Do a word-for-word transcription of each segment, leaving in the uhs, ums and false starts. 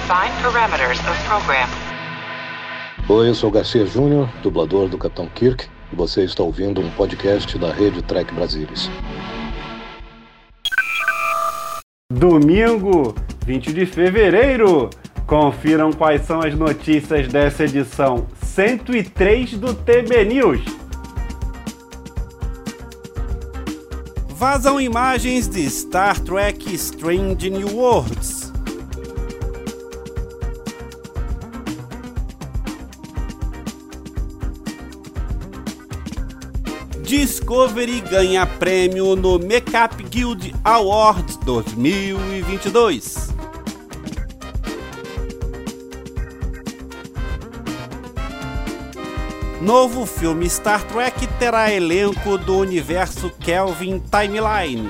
Define parameters of program. Oi, eu sou Garcia Júnior, dublador do Capitão Kirk, e você está ouvindo um podcast da Rede Trek Brasilis. Domingo, vinte de fevereiro. Confiram quais são as notícias dessa edição cento e três do T B News. Vazam imagens de Star Trek Strange New Worlds. Discovery ganha prêmio no Makeup Guild Awards dois mil e vinte e dois. Novo filme Star Trek terá elenco do universo Kelvin Timeline.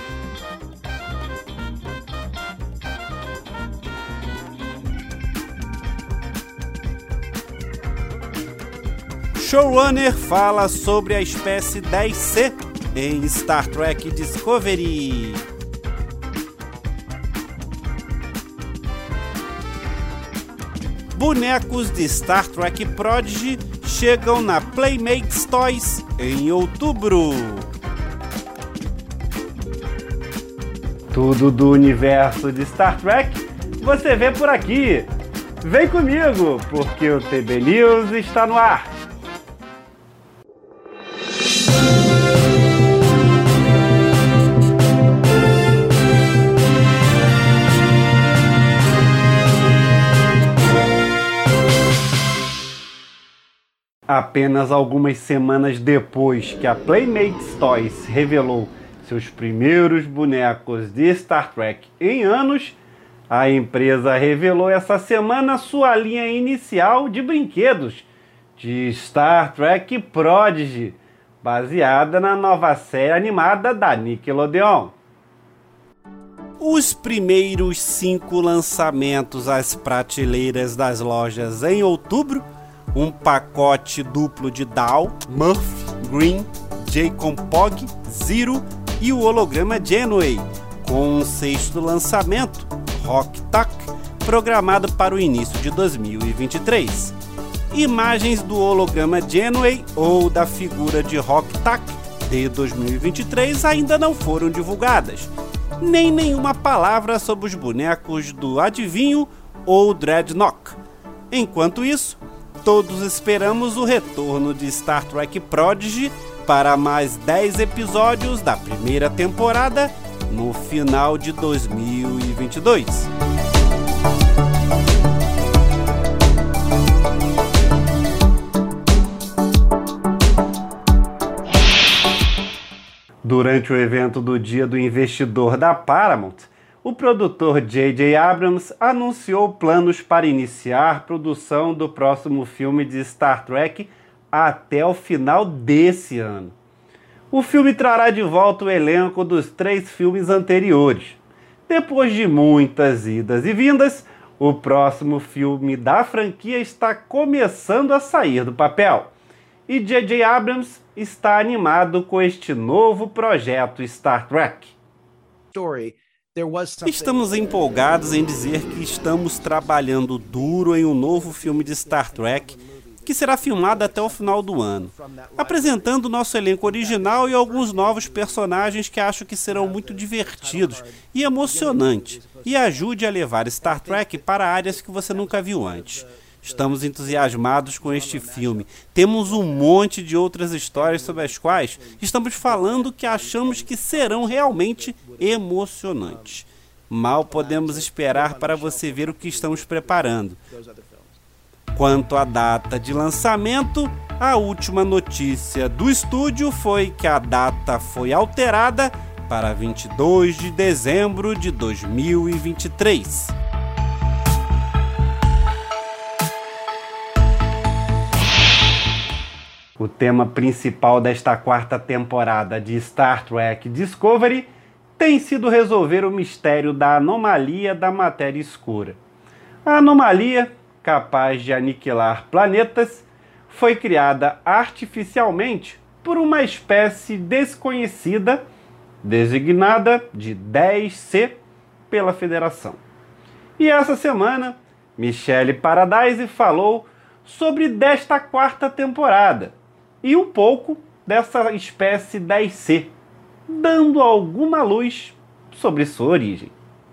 Showrunner fala sobre a espécie dez C em Star Trek Discovery. Bonecos de Star Trek Prodigy chegam na Playmates Toys em outubro. Tudo do universo de Star Trek você vê por aqui. Vem comigo, porque o T B News está no ar. Apenas algumas semanas depois que a Playmates Toys revelou seus primeiros bonecos de Star Trek em anos, a empresa revelou essa semana sua linha inicial de brinquedos de Star Trek Prodigy, baseada na nova série animada da Nickelodeon. Os primeiros cinco lançamentos às prateleiras das lojas em outubro, um pacote duplo de Dal, Murphy, Green, Jacob Pog, Zero e o holograma Janeway, com um sexto lançamento, Rock Tuck, programado para o início de dois mil e vinte e três. Imagens do holograma Janeway ou da figura de Rock Tuck de dois mil e vinte e três ainda não foram divulgadas, nem nenhuma palavra sobre os bonecos do Adivinho ou Dreadnought. Enquanto isso, todos esperamos o retorno de Star Trek Prodigy para mais dez episódios da primeira temporada no final de dois mil e vinte e dois. Durante o evento do Dia do Investidor da Paramount, o produtor J J Abrams anunciou planos para iniciar produção do próximo filme de Star Trek até o final desse ano. O filme trará de volta o elenco dos três filmes anteriores. Depois de muitas idas e vindas, o próximo filme da franquia está começando a sair do papel. E J J Abrams está animado com este novo projeto Star Trek. Estamos empolgados em dizer que estamos trabalhando duro em um novo filme de Star Trek que será filmado até o final do ano, apresentando nosso elenco original e alguns novos personagens que acho que serão muito divertidos e emocionantes e ajude a levar Star Trek para áreas que você nunca viu antes. Estamos entusiasmados com este filme. Temos um monte de outras histórias sobre as quais estamos falando que achamos que serão realmente emocionantes. Mal podemos esperar para você ver o que estamos preparando. Quanto à data de lançamento, a última notícia do estúdio foi que a data foi alterada para vinte e dois de dezembro de dois mil e vinte e três. O tema principal desta quarta temporada de Star Trek Discovery tem sido resolver o mistério da anomalia da matéria escura. A anomalia, capaz de aniquilar planetas, foi criada artificialmente por uma espécie desconhecida, designada de dez C pela Federação. E essa semana, Michelle Paradise falou sobre desta quarta temporada e um pouco dessa espécie dez C, dando alguma luz sobre sua origem.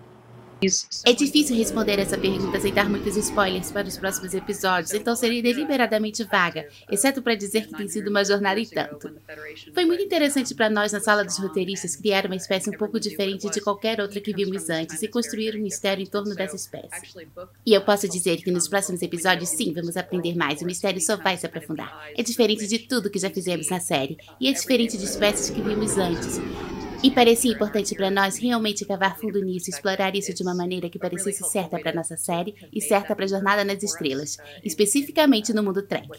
É difícil responder essa pergunta sem dar muitos spoilers para os próximos episódios, então serei deliberadamente vaga, exceto para dizer que tem sido uma jornada e tanto. Foi muito interessante para nós na sala dos roteiristas criar uma espécie um pouco diferente de qualquer outra que vimos antes e construir um mistério em torno dessa espécie. E eu posso dizer que nos próximos episódios sim, vamos aprender mais, o mistério só vai se aprofundar. É diferente de tudo que já fizemos na série, e é diferente de espécies que vimos antes. E parecia importante para nós realmente cavar fundo nisso e explorar isso de uma maneira que parecesse certa para nossa série e certa para a Jornada nas Estrelas, especificamente no mundo Trek.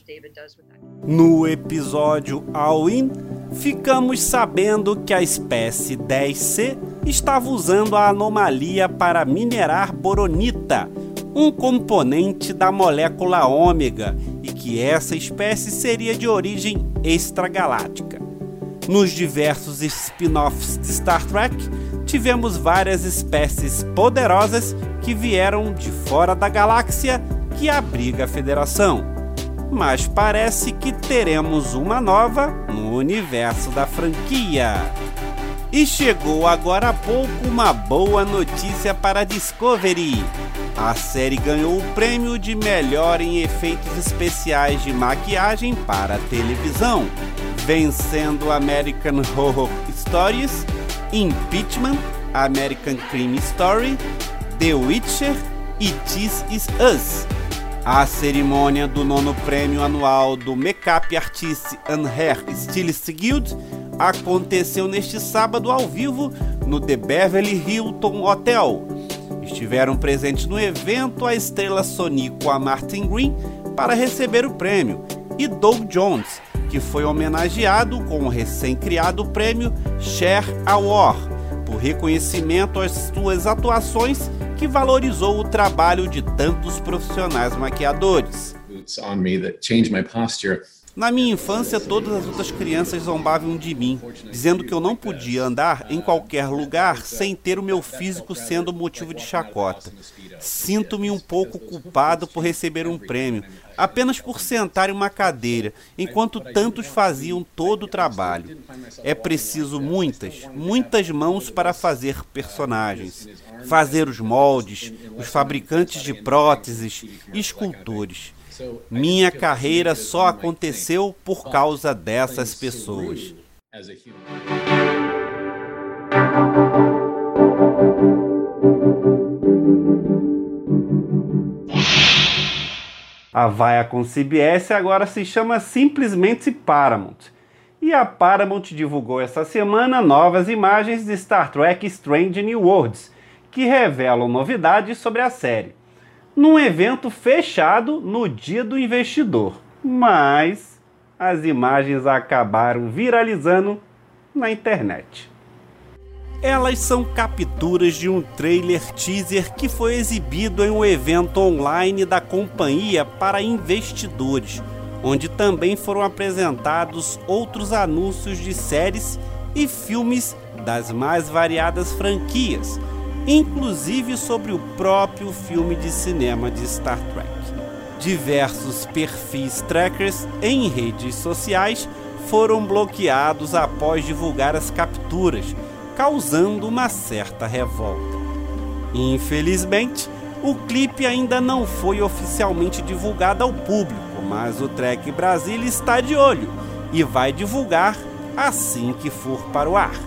No episódio All-In, ficamos sabendo que a espécie dez C estava usando a anomalia para minerar boronita, um componente da molécula ômega, e que essa espécie seria de origem extragaláctica. Nos diversos spin-offs de Star Trek, tivemos várias espécies poderosas que vieram de fora da galáxia que abriga a Federação. Mas parece que teremos uma nova no universo da franquia. E chegou agora há pouco uma boa notícia para a Discovery. A série ganhou o prêmio de melhor em efeitos especiais de maquiagem para a televisão, vencendo American Horror Stories, Impeachment, American Crime Story, The Witcher e This Is Us. A cerimônia do nono prêmio anual do Makeup Artist and Hair Stylist Guild aconteceu neste sábado ao vivo no The Beverly Hilton Hotel. Estiveram presentes no evento a estrela soníqua Martin Green para receber o prêmio e Doug Jones, que foi homenageado com o recém-criado prêmio Cher Award, por reconhecimento às suas atuações, que valorizou o trabalho de tantos profissionais maquiadores. Na minha infância, todas as outras crianças zombavam de mim, dizendo que eu não podia andar em qualquer lugar sem ter o meu físico sendo motivo de chacota. Sinto-me um pouco culpado por receber um prêmio, apenas por sentar em uma cadeira, enquanto tantos faziam todo o trabalho. É preciso muitas, muitas mãos para fazer personagens, fazer os moldes, os fabricantes de próteses e escultores. Minha carreira só aconteceu por causa dessas pessoas. A vaia com C B S agora se chama simplesmente Paramount. E a Paramount divulgou essa semana novas imagens de Star Trek Strange New Worlds, que revelam novidades sobre a série, num evento fechado no dia do investidor. Mas as imagens acabaram viralizando na internet. Elas são capturas de um trailer teaser que foi exibido em um evento online da companhia para investidores, onde também foram apresentados outros anúncios de séries e filmes das mais variadas franquias, inclusive sobre o próprio filme de cinema de Star Trek. Diversos perfis trackers em redes sociais foram bloqueados após divulgar as capturas, causando uma certa revolta. Infelizmente, o clipe ainda não foi oficialmente divulgado ao público, mas o Trek Brasília está de olho e vai divulgar assim que for para o ar.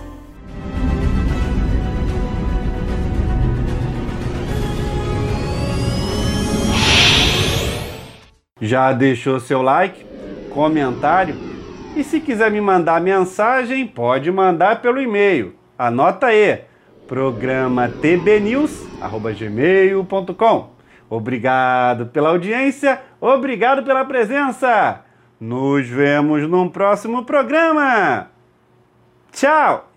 Já deixou seu like, comentário? E se quiser me mandar mensagem, pode mandar pelo e-mail. Anota aí, programa t b news arroba gmail ponto com. Obrigado pela audiência, obrigado pela presença. Nos vemos num próximo programa. Tchau!